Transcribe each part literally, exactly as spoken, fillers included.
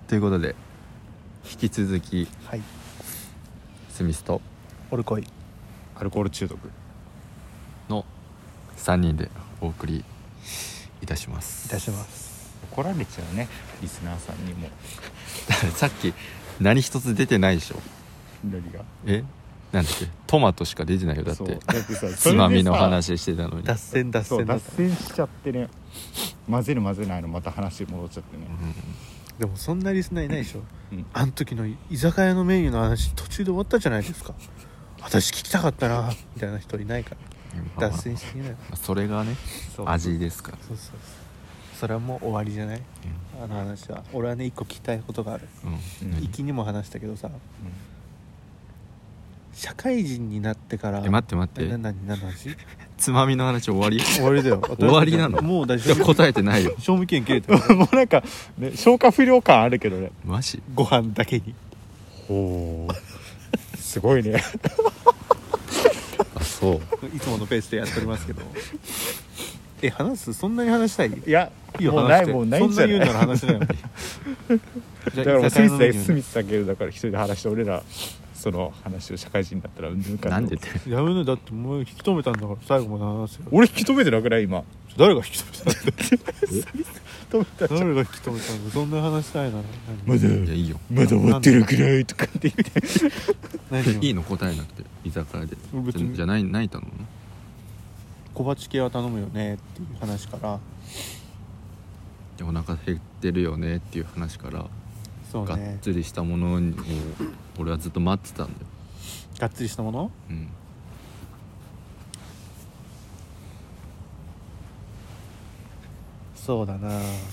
ということで引き続き、 はい、 スミスとオルコイアルコール中毒のさんにんでお送りいたしますいたします。 怒られちゃうね、リスナーさんにも。 さっき何一つ出てないでしょ。 何が？ えなんだっけ、トマトしか出てないよ。だってそうだってさつまみの話してたのに。 脱線脱そう線だ脱線しちゃってね、混ぜる混ぜないのまた話戻っちゃってね、 でもそんなリスナーいないでしょ、 うん、 あの時の居酒屋のメニューの話途中で終わったじゃないですか。私聞きたかったなみたいな人いないから、 うん、 脱線していない。 それがねそう味ですから。 そうそうそう、それはもう終わりじゃない、 うん、 あの話は。俺はね一個聞きたいことがある、 うんうん行きにも話したけどさ、 うん、 社会人になってから。 え待って待って、 何何何の話？ つまみの話終わり終わりだよ。 終わりなの？ もう大丈夫。 答えてないよ。 賞味期限切れてるもうなんか、ね、消化不良感あるけどね。 マジ？ ご飯だけに。 おーすごいね。 あ、そう。 いつものペースでやっておりますけど。え、話す？そんなに話したい？ いやいいよ、 もう話して。 ないもうないんじゃない。 そんな言うなら話しないよ。 だからもうスミスだけスミススだけだから一人で話して俺らその話を社会人になったらうんぬんかなんでって。 やめな、だってもう引き止めたんだから最後まで話すよ。 俺引き止めてなくない今。 誰が引き止めたんだ止めたじゃん。 誰が引き止めたんだ。そんな話したいならまだいやいいよ。 まだ終わってるくらいとかって言って何よ。 いいの答えなくて居酒屋で。 別にじゃないないたの？ 小鉢系は頼むよねっていう話から、 でお腹減ってるよねっていう話から、がっそうね、 つりしたものを俺はずっと待ってたんだよ。 がっつりしたもの。 うん。 そうだな、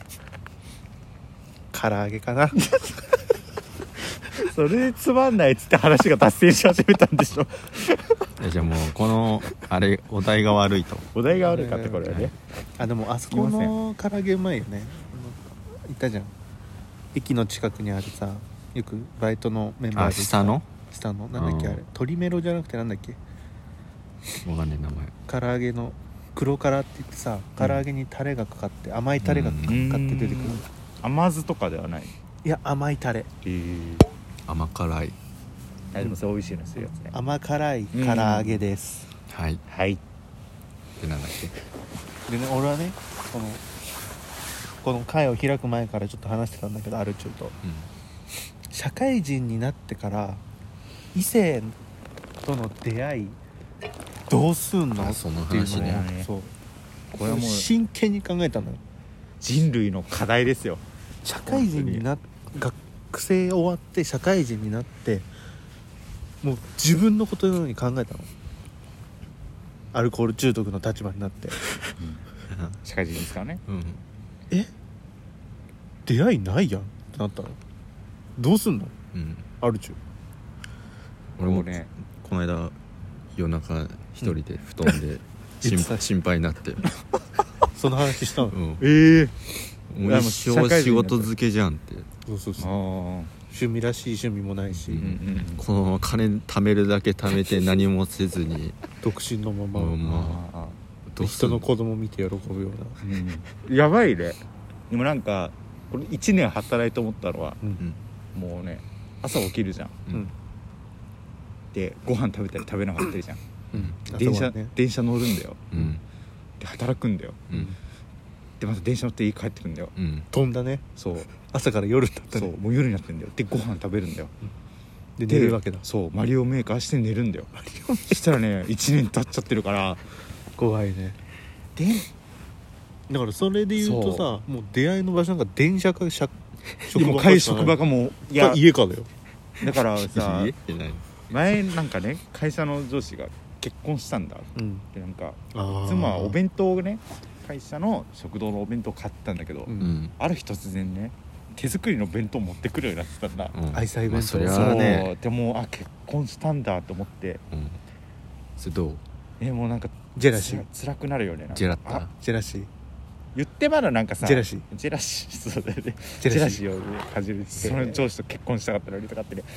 唐揚げかな。 それでつまんないっつって話が脱線し始めたんでしょ。 いやじゃあもうこのあれお題が悪いと。 お題が悪かったこれはね。 あ、でもあそこの唐揚げうまいよね。あの行ったじゃん、駅の近くにあるさ、よくバイトのメンバーあ、 で下の下のなんだっけあれ、 うん鶏メロじゃなくてなんだっけ、 わかんねえ名前。 唐揚げの黒辛って言ってさ、唐揚げにタレがかかって甘いタレがかかって出てくる、 うん甘酢とかではない。 いや甘いタレ、 へー甘辛い。 あでもそれ美味しいのするやつね。 甘辛い唐揚げです、 はい。 はい。 でなんだっけ。 でね、俺はねこのこの会を開く前からちょっと話してたんだけど、アルチューとうん。 社会人になってから異性との出会いどうすんのあそのっていうのを話ねねそうこれはもう真剣に考えたのよ。 人類の課題ですよ。 社会人になっ学生終わって社会人になってもう自分のことのように考えたの。アルコール中毒の立場になって社会人ですからね。 うん。 え出会いないやんってなったの。どうすんのうん。 アルチュー。 俺もねこの間夜中一人で布団で心言ってた配心配になって。 その話したの、 うん。 ええもう一生仕事漬けじゃんって。 そうそうそう、 ああ。 趣味らしい趣味もないし、 うんうんこのまま金貯めるだけ貯めて何もせずに独身のまま、 うんまああ。 どうすんの人の子供見て喜ぶような、 うん。やばいね。でもなんかこれいちねん働いて思ったのは、 うんもうね朝起きるじゃん。 うんうんでご飯食べたり食べなかったりじゃん。 うん、 電車、 あそうだね、 電車乗るんだよ。 うんで働くんだよ。 うんでまた電車乗って家帰ってくんだよ。 うん飛んだね、 そう朝から夜だったね。 そうもう夜になってんだよ。でご飯食べるんだよ。 で寝るわけだ。 そうマリオメーカーして寝るんだよ。そしたらねいちねん経っちゃってるから怖いね。 でだからそれで言うとさ、 そもう出会いの場所なんか電車か職でも会職場がもういや家かだよ。 だからさ家って何？ 前なんかね会社の上司が結婚したんだ。 うん、 でなんかあ妻はお弁当をね会社の食堂のお弁当を買ったんだけど、 ううんんある日突然ね手作りの弁当持ってくるようになってたんだ。 うん愛妻弁当まあそりゃそうね。 でもあ結婚したんだと思ってうんそれどう？ えもうなんかジェラシーつら辛くなるよねなんかジェラッタあジェラシー言ってまだなんかさジェラシージェラシーそうだよねジェラシージェラシーを感じるその上司と結婚したかったのにとかってね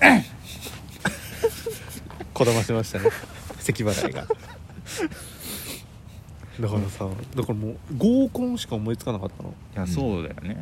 こだませましたね咳払いが。だからさ、だからもう合コンしか思いつかなかったの。 いやそうだよね。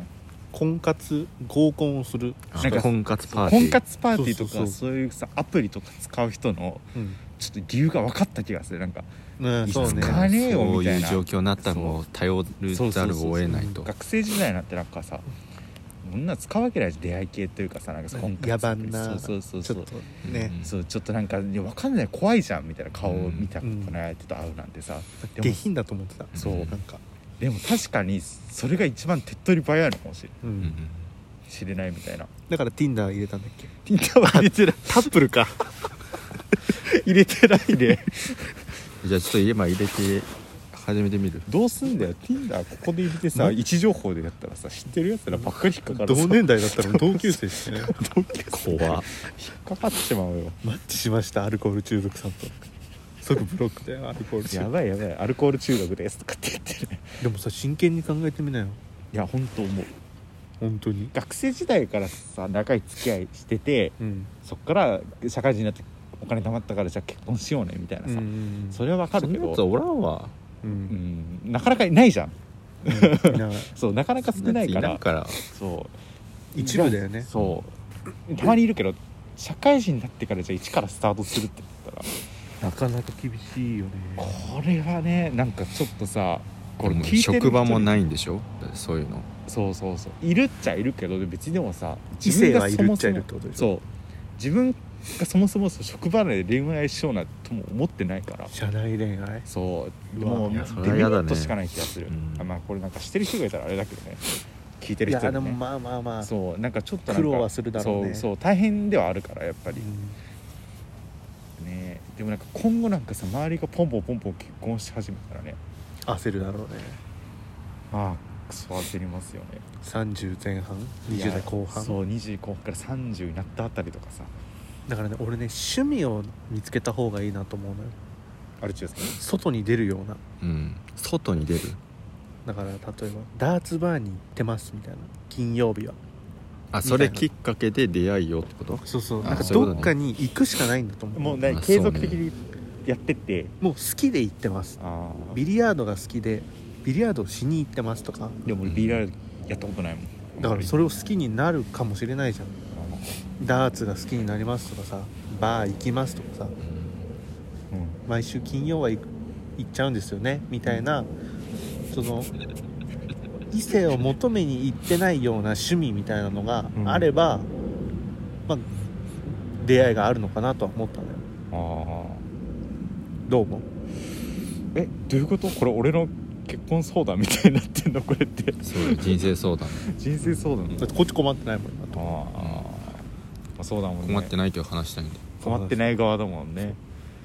婚活合コンをするなんか婚活パーティー婚活パーティーとかそうそうそうそういうさアプリとか使う人のうんちょっと理由が分かった気がする。なんかねそうね使わねえよそうみたいうない状況になったらもう頼るざるを得ないと。 学生時代になってなんかさこんな使うわけないじゃん出会い系というかさなんか婚活野蛮なそうそうそうそうちょっとね、 うんそうちょっとなんかいや分かんない怖いじゃんみたいな顔を見たことない相手と会うなんてさ、でも下品だと思ってたそうなんかでも確かにそれが一番手っ取り早いのかもしれううんん知れないみたいな。 だから Tinder 入れたんだっけ Tinder は入れてないタップルか入れてないでじゃあちょっと今入れて始めてみる。 どうすんだよ Tinder ここで入れてさな位置情報でやったらさ知ってるやつらばっかり引っかかるさ同年代だったら同級生ですね同級生怖っ。 引っかかってしまうよ。 マッチしましたアルコール中毒さんと即ブロックだよアルコール中や毒ばいやばいアルコール中毒ですとかって言ってね。 でもさ真剣に考えてみなよいや本当思う。 本当に学生時代からさ長い付き合いしててうんそっから社会人になってお金貯まったからじゃあ結婚しようねみたいなさ、 うんそれはわかそるけどんなやつおらんわ。 ううんんなかなかいないじゃん。 うんいないそうなかなか少ないからいないから。 そう一部だよねそうたまにいるけど社会人になってからじゃあ一からスタートするって言ったらなかなか厳しいよねこれはねなんかちょっとさこれでも聞いてる人に職場もないんでしょそういうの。 そうそうそういるっちゃいるけど別にでもさ異性はいそもそもるっちゃいるってことでしょそう自分がそもそも職場で恋愛しようなとも思ってないから社内恋愛そうでうわもうデいやそれメリは嫌だねットしかない気がする、 うんあまあこれなんかしてる人がいたらあれだけどね聞いている人にねやでもまあまあまあそうなんかちょっとなんか苦労はするだろうねそうそう大変ではあるからやっぱり、 うんねでもなんか今後なんかさ周りがポンポンポンポン結婚し始めたらね焦るだろうねまあクソ焦りますよね。 さんじゅう前半にじゅう代後半そうにじゅう後半からさんじゅうになったあたりとかさだからね俺ね趣味を見つけた方がいいなと思うのよある中ですね外に出るようなうん。外に出る。 だから例えばダーツバーに行ってますみたいな金曜日はあ、それきっかけで出会いよってこと？ そうそうあなんかそういうことねどっかに行くしかないんだと思うもうねまあ継続的にやってってもう好きで行ってますああビリヤードが好きでビリヤードをしに行ってますとかでも俺ビールやったことないもんだからそれを好きになるかもしれないじゃんダーツが好きになりますとかさバー行きますとかさうん毎週金曜は行く行っちゃうんですよねみたいなその異性を求めに行ってないような趣味みたいなのがあれば、まあ出会いがあるのかなとは思ったのよ。 ああどう思う？ えどういうことこれ俺の結婚相談みたいになってんのこれってそう人生相談。 人生相談だってこっち困ってないもん今と。 ああ、まあ、そうだもんね困ってないけど話したいんで。 困ってない側だもんね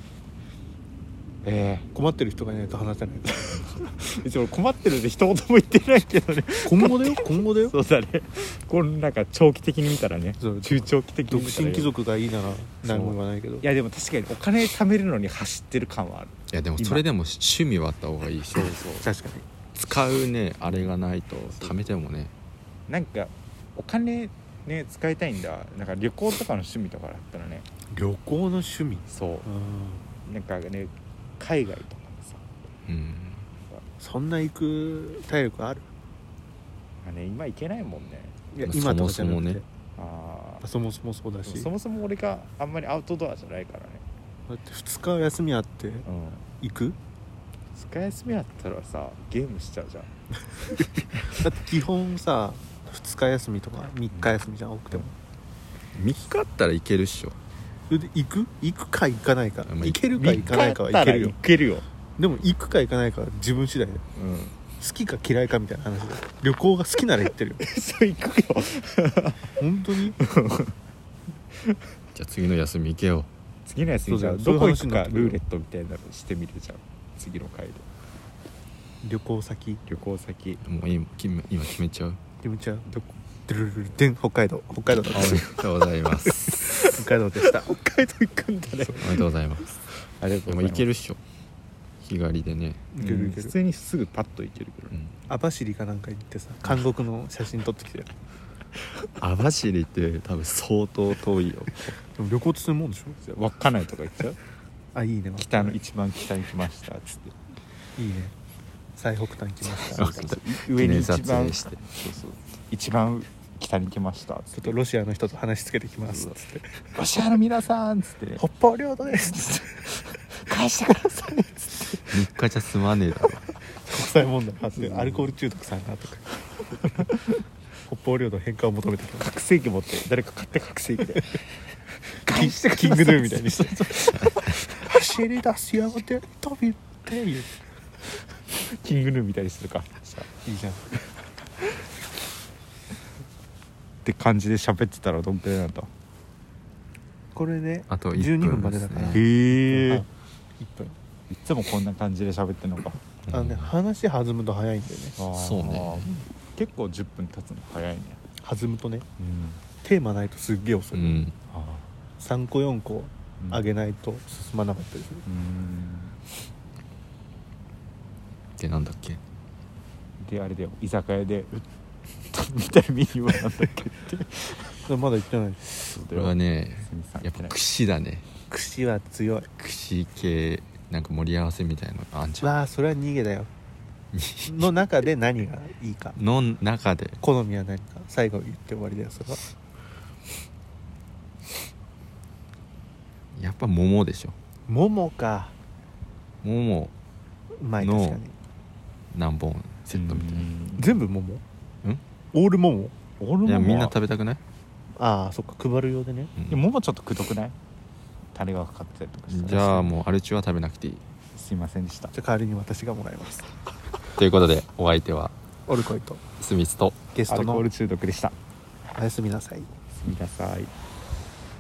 え困ってる人がいないと話せない。 え一応困ってるって一言も言ってないけどね今後だよ今後だよ。 そうだねこれなんか長期的に見たらねそう中長期的に独見たら身貴族がいいなら何も言わないけど。 いやでも確かにお金貯めるのに走ってる感はあるいやでもそれでも趣味はあった方がいいし。 そうそう確かに。 使うねあれがないと貯めてもね。 なんかお金ね使いたいんだなんか旅行とかの趣味とかだったらね旅行の趣味。 そううんなんかね海外とかさうん。 そんな行く体力ある？ あ、ね、今行けないもんねいやまあ今とかじゃなくてそもそもねあそもそもそうだし。 そもそも俺があんまりアウトドアじゃないからねだってふつか休みあってうん行く？ 使い休みあったらさゲームしちゃうじゃんだって基本さふつか休みとかみっか休みじゃん多くても。 みっかあったらいけるっしょ。 それで行く行くか行かないか、 まあ行けるか行かないかは行けるよ行。けるよでも行くか行かないかは自分次第だよ。 うん好きか嫌いかみたいな話だよ。旅行が好きなら行ってるよ。 そう行くよ本当に？ じゃあ次の休み行けよ。 次の休みじゃあそうだよどこ行くかそういう話になってくるルーレットみたいなのしてみるじゃん次の回で旅行先旅行先もう今今今決めちゃう。 決めちゃう。どこ？ドゥルルルルン北海道北海道だったおめでとうございます。 北海道でした。 北海道行くんだねおめでとうございます。 ありがとでもうございます行けるっしょ。日帰りでね。 うん行ける行ける。 普通にすぐパッと行けるけどねうん。 網走かなんか行ってさ韓国の写真撮ってきてよ。 網走って多分相当遠いよ。 でも旅行ってそういうもんでしょ？ 稚内とか行っちゃうあいいね。 北の一番北に来ましたっつっていいね。 最北端来ましたそうそうそう上に一番記念撮影してそうそう一番北に来ましたっつっちょってとロシアの人と話しつけてきますっつってロシアの皆さんっつってね北方領土ですっつって返してくださいっつってみっかじゃ済まねえだろ国際問題発生アルコール中毒さんがとか北方領土返還を求めてきます拡声器持って誰か買って拡声器で返してくださいキングヌーみたいにして走り出すやめて飛びっていうキングヌーみたいにするかいいじゃんって感じで喋ってたらどんくらいなんだこれねあといっぷんじゅうにふんまでだからですねへえあいっぷんいつもこんな感じで喋ってんのかあのね話弾むと早いんだよねあーそうね結構じゅっぷん経つの早いね弾むとねうんテーマないとすっげえ遅い、 うんあさんこよんこー上げないと進まなかったりする、 うんでなんだっけであれだよ居酒屋でうっみたいなメニューはなんだっけってまだ言ってないですそうこれはねすみさんやっぱ串だね串は強い串系なんか盛り合わせみたいなのがあんじゃんわあそれは逃げだよの中で何がいいかの中で好みは何か最後言って終わりだよそれはやっぱ桃でしょ桃か桃うまいの確かに何本セットみたいな全部桃んオール桃俺もいやみんな食べたくない、 ああそっか配る用でねうんでももちょっとくどくないタレがかかってたりとかしたらじゃあもうアルチュは食べなくていいすいませんでしたじゃあ代わりに私がもらいますということでお相手はオルコイとスミスとゲストのアルコール中毒でしたおやすみなさいすみなさい